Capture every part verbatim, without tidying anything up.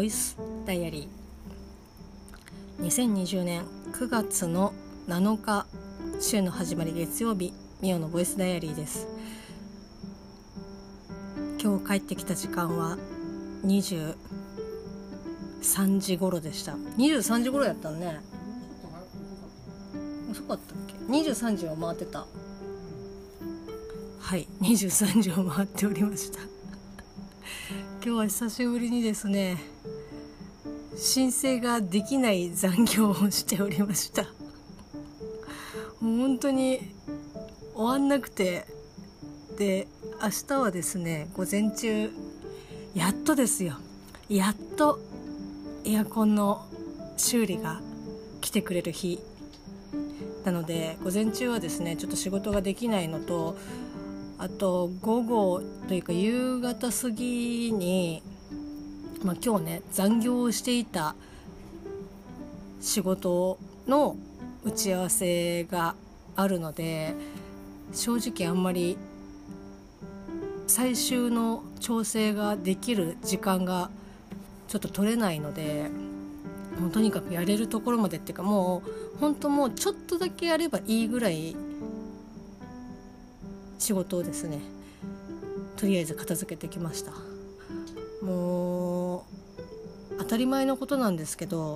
ボイスダイアリー。にせんにじゅうねんくがつのなのか、週の始まり月曜日、ミオのボイスダイアリーです。今日帰ってきた時間はにじゅうさんじ頃でした。にじゅうさんじ頃やったのね。遅かったっけ。にじゅうさんじを回ってた。はい、にじゅうさんじを回っておりました。今日は久しぶりにですね、申請ができない残業をしておりました。もう本当に終わんなくて、で明日はですね、午前中やっとですよやっとエアコンの修理が来てくれる日なので、午前中はですねちょっと仕事ができないのと、あと午後というか夕方過ぎに、まあ、今日ね残業をしていた仕事の打ち合わせがあるので、正直あんまり最終の調整ができる時間がちょっと取れないので、もうとにかくやれるところまでっていうか、もう本当もうちょっとだけやればいいぐらい仕事をですねとりあえず片付けてきました。もう当たり前のことなんですけど、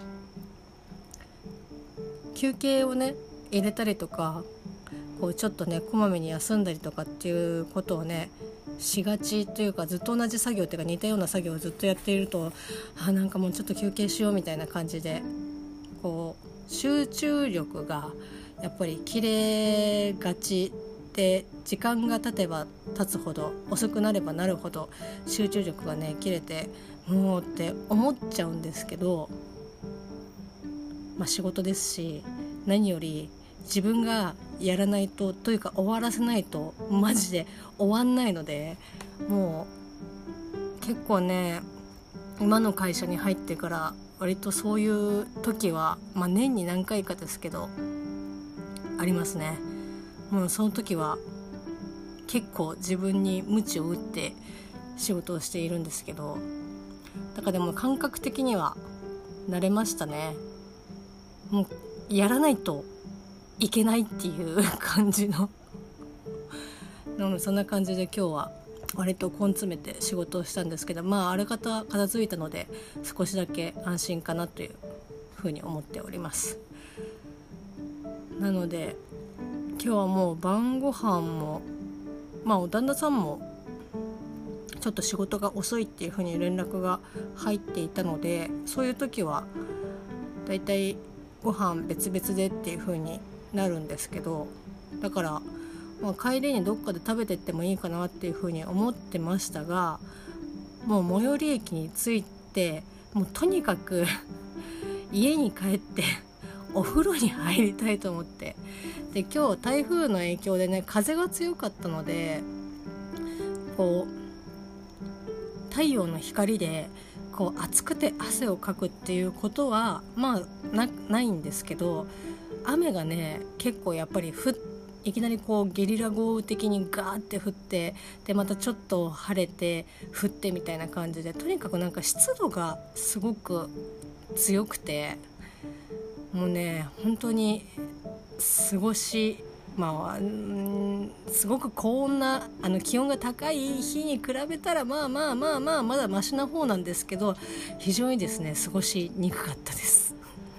休憩をね入れたりとか、こうちょっとねこまめに休んだりとかっていうことをねしがちというか、ずっと同じ作業っていうか似たような作業をずっとやっていると、あなんかもうちょっと休憩しようみたいな感じで、こう集中力がやっぱり切れがちで、時間が経てば経つほど、遅くなればなるほど集中力がね切れて、もうって思っちゃうんですけど、まあ仕事ですし、何より自分がやらないとというか終わらせないとマジで終わんないので、もう結構ね今の会社に入ってから割とそういう時は、まあ、年に何回かですけどありますね。もうその時は結構自分に鞭を打って仕事をしているんですけど、だからでも感覚的には慣れましたね。もうやらないといけないっていう感じのなので、そんな感じで今日は割と根詰めて仕事をしたんですけど、まあある方片付いたので少しだけ安心かなというふうに思っております。なので今日はもう晩ご飯も、まあお旦那さんもちょっと仕事が遅いっていうふうに連絡が入っていたので、そういう時はだいたいご飯別々でっていうふうになるんですけど、だから、まあ、帰りにどっかで食べてってもいいかなっていうふうに思ってましたが、もう最寄り駅に着いて、もうとにかく家に帰ってお風呂に入りたいと思って、で今日台風の影響でね風が強かったので、こう太陽の光でこう暑くて汗をかくっていうことはまあ な, ないんですけど、雨がね結構やっぱりふいきなりこうゲリラ豪雨的にガーって降って、でまたちょっと晴れて降ってみたいな感じで、とにかくなんか湿度がすごく強くて、もうね本当に過ごしまあ、うんすごく高温なあの気温が高い日に比べたらまあまあまあまあまだマシな方なんですけど、非常にですね過ごしにくかったです。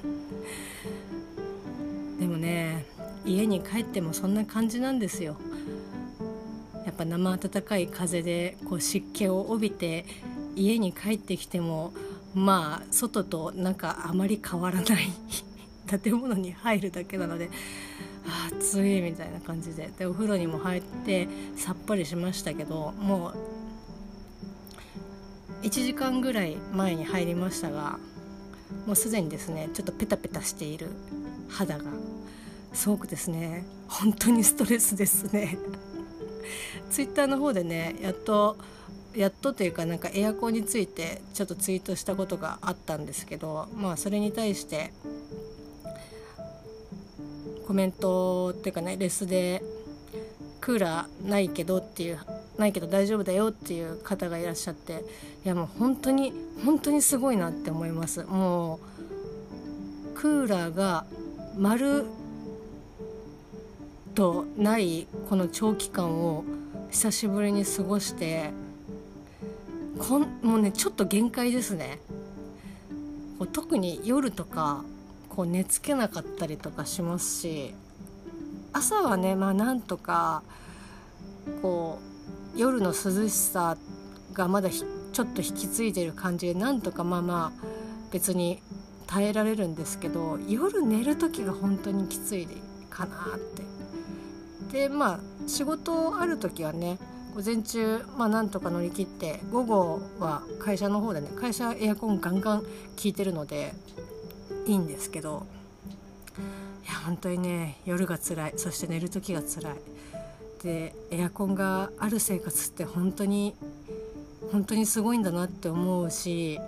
でもね家に帰ってもそんな感じなんですよ。やっぱ生暖かい風でこう湿気を帯びて家に帰ってきても、まあ外となんかあまり変わらない建物に入るだけなので、あ暑いみたいな感じで、でお風呂にも入ってさっぱりしましたけど、もういちじかんぐらい前に入りましたが、もうすでにですねちょっとペタペタしている肌がすごくですね本当にストレスですね。ツイッターの方でねやっとやっとというかなんかエアコンについてちょっとツイートしたことがあったんですけど、まあそれに対してコメントっていうかねレスでクーラーないけどっていうないけど大丈夫だよっていう方がいらっしゃって、いやもう本当に本当にすごいなって思います。もうクーラーが丸とないこの長期間を久しぶりに過ごして、こんもうねちょっと限界ですね。こう特に夜とかこう寝つけなかったりとかしますし、朝はねまあなんとかこう夜の涼しさがまだちょっと引き継いでる感じでなんとかまあまあ別に耐えられるんですけど、夜寝る時が本当にきついかなって。でまあ仕事ある時はね午前中まあなんとか乗り切って、午後は会社の方でね、会社エアコンガンガン効いてるのでいいんですけど、いや本当にね夜が辛い、そして寝る時が辛いで、エアコンがある生活って本当に本当にすごいんだなって思うし、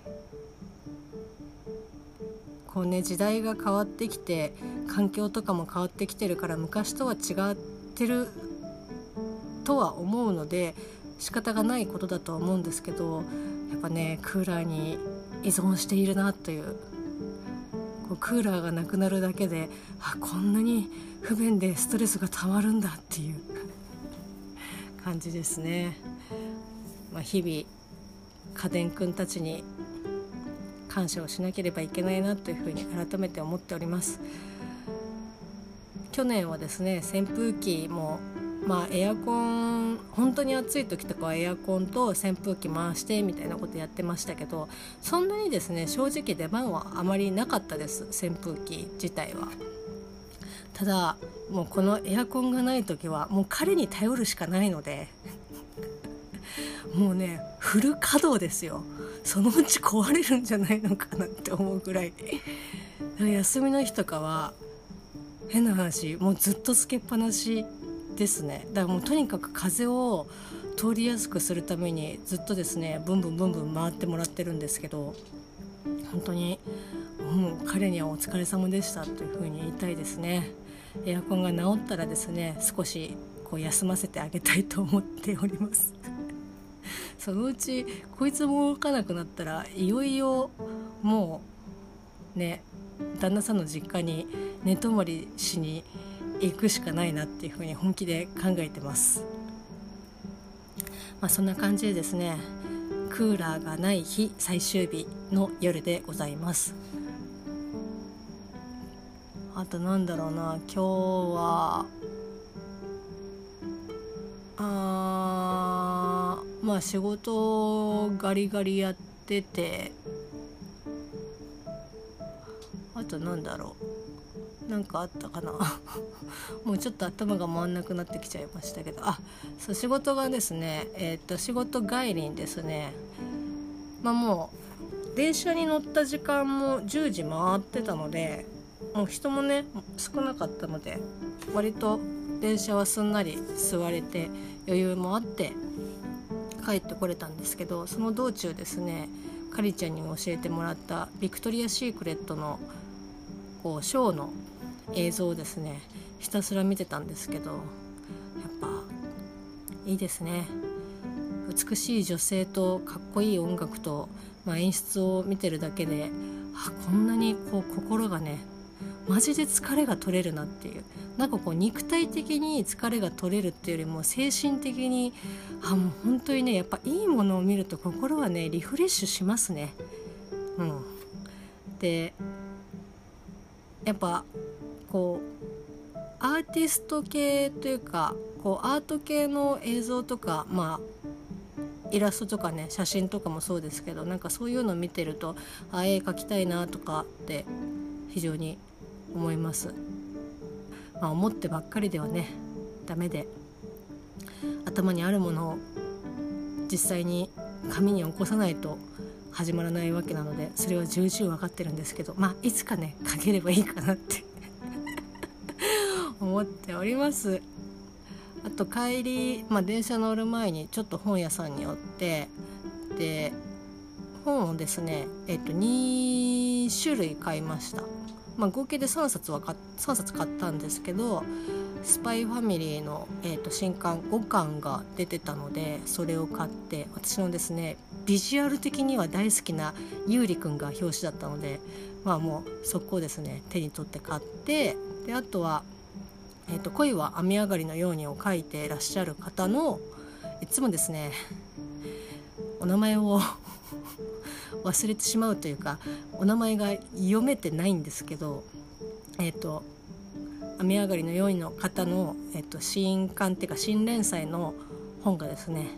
こうね時代が変わってきて環境とかも変わってきてるから、昔とは違ってるとは思うので仕方がないことだとは思うんですけど、やっぱねクーラーに依存しているなという、こうクーラーがなくなるだけで、あこんなに不便でストレスがたまるんだっていう感じですね。まあ、日々家電くんたちに感謝をしなければいけないなというふうに改めて思っております。去年はですね扇風機もまあエアコン本当に暑い時とかはエアコンと扇風機回してみたいなことやってましたけど、そんなにですね正直出番はあまりなかったです、扇風機自体は。ただもうこのエアコンがない時はもう彼に頼るしかないのでもうねフル稼働ですよ。そのうち壊れるんじゃないのかなって思うぐらい休みの日とかは変な話もうずっとつけっぱなしですね。だからもうとにかく風を通りやすくするためにずっとですねブンブンブンブン回ってもらってるんですけど、本当にもう彼にはお疲れ様でしたというふうに言いたいですね。エアコンが治ったらですね少しこう休ませてあげたいと思っておりますそのうちこいつも動かなくなったらいよいよもうね旦那さんの実家に寝泊まりしに行くしかないなっていうふうに本気で考えてます。まあ、そんな感じでですねクーラーがない日最終日の夜でございます。あとなんだろうな、今日はあーまあ仕事ガリガリやってて、あとなんだろうなんかあったかなもうちょっと頭が回んなくなってきちゃいましたけど、あそう仕事がですねえー、っと仕事帰りにですねまあもう電車に乗った時間もじゅうじ回ってたので、もう人もね少なかったので割と電車はすんなり座れて余裕もあって帰ってこれたんですけど、その道中ですねかりちゃんに教えてもらったビクトリア・シークレットのこうショーの映像をですねひたすら見てたんですけど、やっぱいいですね。美しい女性とかっこいい音楽と、まあ、演出を見てるだけで、あこんなにこう心がねマジで疲れが取れるなっていう、なんかこう肉体的に疲れが取れるっていうよりも精神的にあもう本当にねやっぱいいものを見ると心はねリフレッシュしますね。うん、でやっぱこうアーティスト系というかこうアート系の映像とか、まあイラストとかね写真とかもそうですけど、なんかそういうのを見てるとあ絵描きたいなとかって非常に思います。まあ、思ってばっかりではねダメで、頭にあるものを実際に紙に起こさないと始まらないわけなので、それは重々分かってるんですけど、まあいつかね書ければいいかなって思っております。あと帰り、まあ、電車乗る前にちょっと本屋さんに寄って、で本をですね、えっと、に種類買いました。まあ、合計でさんさつは買さんさつ買ったんですけど、 スパイファミリーの、えーと、新刊ごかんが出てたので、それを買って、私のですねビジュアル的には大好きなゆうりくんが表紙だったので、まあもう速攻ですね手に取って買って、であとは、えーと、恋は雨上がりのようにを書いていらっしゃる方の、いつもですねお名前を忘れてしまうというか、お名前が読めてないんですけど、えっと雨上がりのようにの方の、えっと、新刊っていうか新連載の本がですね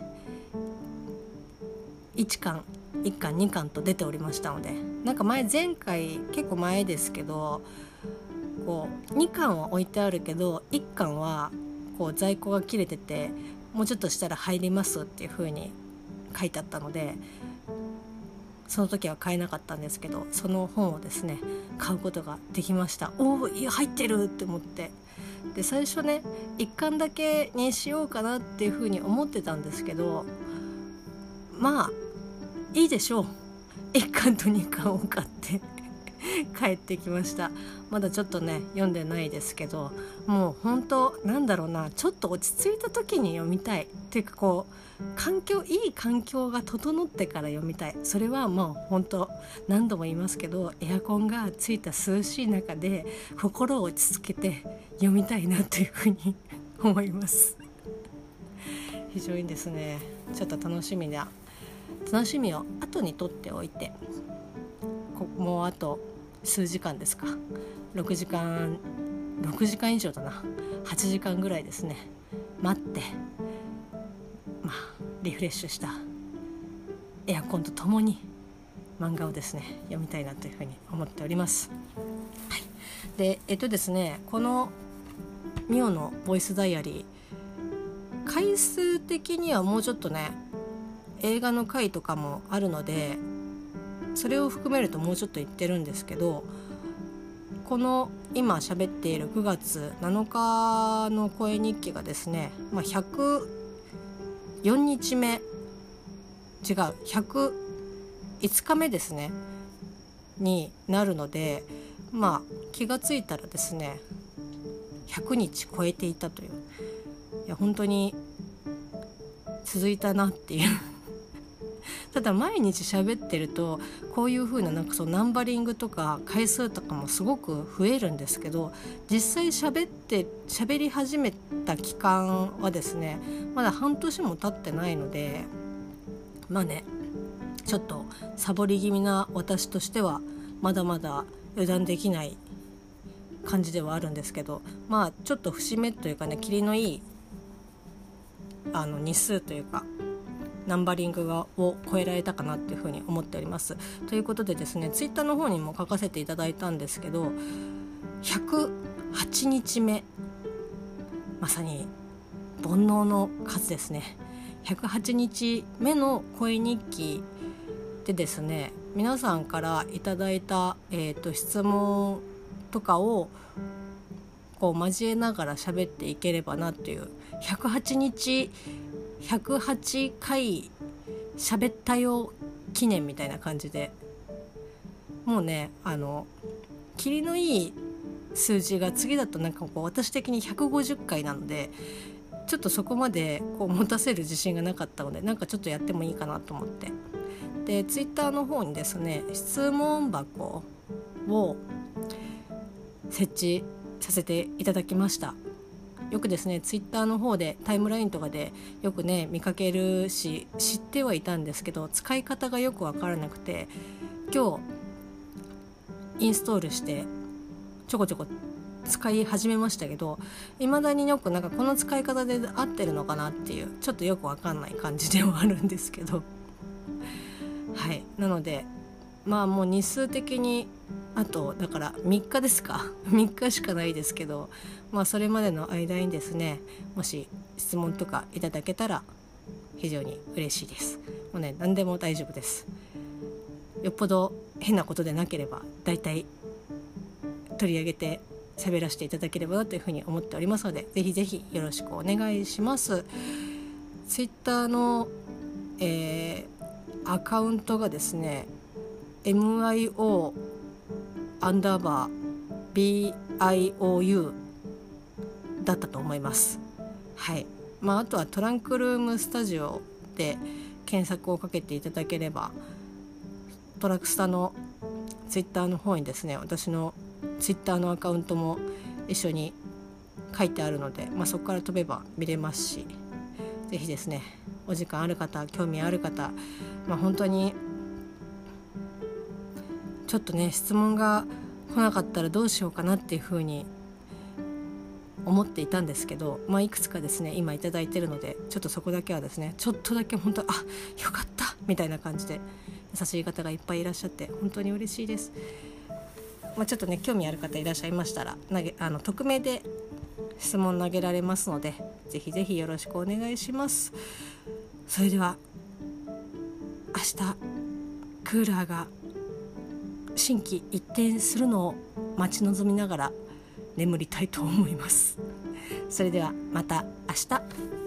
いっかんいっかんにかんと出ておりましたので、なんか前前回結構前ですけど、こうにかんは置いてあるけどいっかんはこう在庫が切れてて、もうちょっとしたら入りますっていう風に書いてあったので、その時は買えなかったんですけど、その本をですね買うことができました。おお、いや入ってるって思って、で最初ねいっかんだけにしようかなっていう風に思ってたんですけど、まあいいでしょう、いっかんとにかんを買って帰ってきました。まだちょっとね読んでないですけど、もう本当なんだろうな、ちょっと落ち着いた時に読みたいっていうか、こう環境いい環境が整ってから読みたい。それはもう本当何度も言いますけど、エアコンがついた涼しい中で心を落ち着けて読みたいなというふうに思います非常にですねちょっと楽しみな楽しみを後に取っておいて、もうあと数時間ですか、ろくじかんろくじかん以上だな、はちじかんぐらいですね待って、まあリフレッシュしたエアコンとともに漫画をですね読みたいなというふうに思っております。はい、でえっとですねこのミオのボイスダイアリー、回数的にはもうちょっとね映画の回とかもあるので、それを含めるともうちょっと言ってるんですけど、この今喋っているくがつなのかの声日記がですね、まあ、ひゃくよっかめ違うひゃくいつかめですねになるので、まあ気がついたらですねひゃくにち超えていたという、いや本当に続いたなっていうただ毎日喋ってるとこういう風ななんかそうナンバリングとか回数とかもすごく増えるんですけど、実際喋って喋り始めた期間はですねまだ半年も経ってないので、まあねちょっとサボり気味な私としてはまだまだ油断できない感じではあるんですけど、まあちょっと節目というかね、キリのいいあの日数というかナンバリングがを超えられたかなっていうふうに思っております。ということでですねツイッターの方にも書かせていただいたんですけど、ひゃくはちにちめ、まさに煩悩の数ですね。ひゃくはちにちめの声日記でですね、皆さんからいただいた、えーと、質問とかをこう交えながら喋っていければなっていう、ひゃくはちにちひゃくはちかい喋ったよ記念みたいな感じで、もうねあのキリのいい数字が次だとなんかこう私的にひゃくごじゅっかいなので、ちょっとそこまでこう持たせる自信がなかったので、なんかちょっとやってもいいかなと思って、でツイッターの方にですね質問箱を設置させていただきました。よくですねツイッターの方でタイムラインとかでよくね見かけるし知ってはいたんですけど、使い方がよく分からなくて、今日インストールしてちょこちょこ使い始めましたけど、未だによくなんかこの使い方で合ってるのかなっていう、ちょっとよく分かんない感じではあるんですけどはい、なのでまあもう日数的にあとだからみっかですかみっかしかないですけど、まあそれまでの間にですねもし質問とかいただけたら非常に嬉しいです。もうね何でも大丈夫です。よっぽど変なことでなければだいたい取り上げて喋らせていただければなというふうに思っておりますので、ぜひぜひよろしくお願いします。ツイッターの、えー、アカウントがですね エムアイオー アンダーバー ビーアイオーユーだったと思います。はい。まあ、あとはトランクルームスタジオで検索をかけていただければ、トラクスタのツイッターの方にですね、私のツイッターのアカウントも一緒に書いてあるので、まあ、そこから飛べば見れますし、ぜひですね、お時間ある方、興味ある方、まあ、本当にちょっとね質問が来なかったらどうしようかなっていうふうに思っていたんですけど、まあ、いくつかですね今いただいてるので、ちょっとそこだけはですねちょっとだけ本当あよかったみたいな感じで優しい方がいっぱいいらっしゃって本当に嬉しいです。まあ、ちょっとね興味ある方いらっしゃいましたら投げあの匿名で質問投げられますので、ぜひぜひよろしくお願いします。それでは明日クーラーが心機一転するのを待ち望みながら眠りたいと思います。それではまた明日。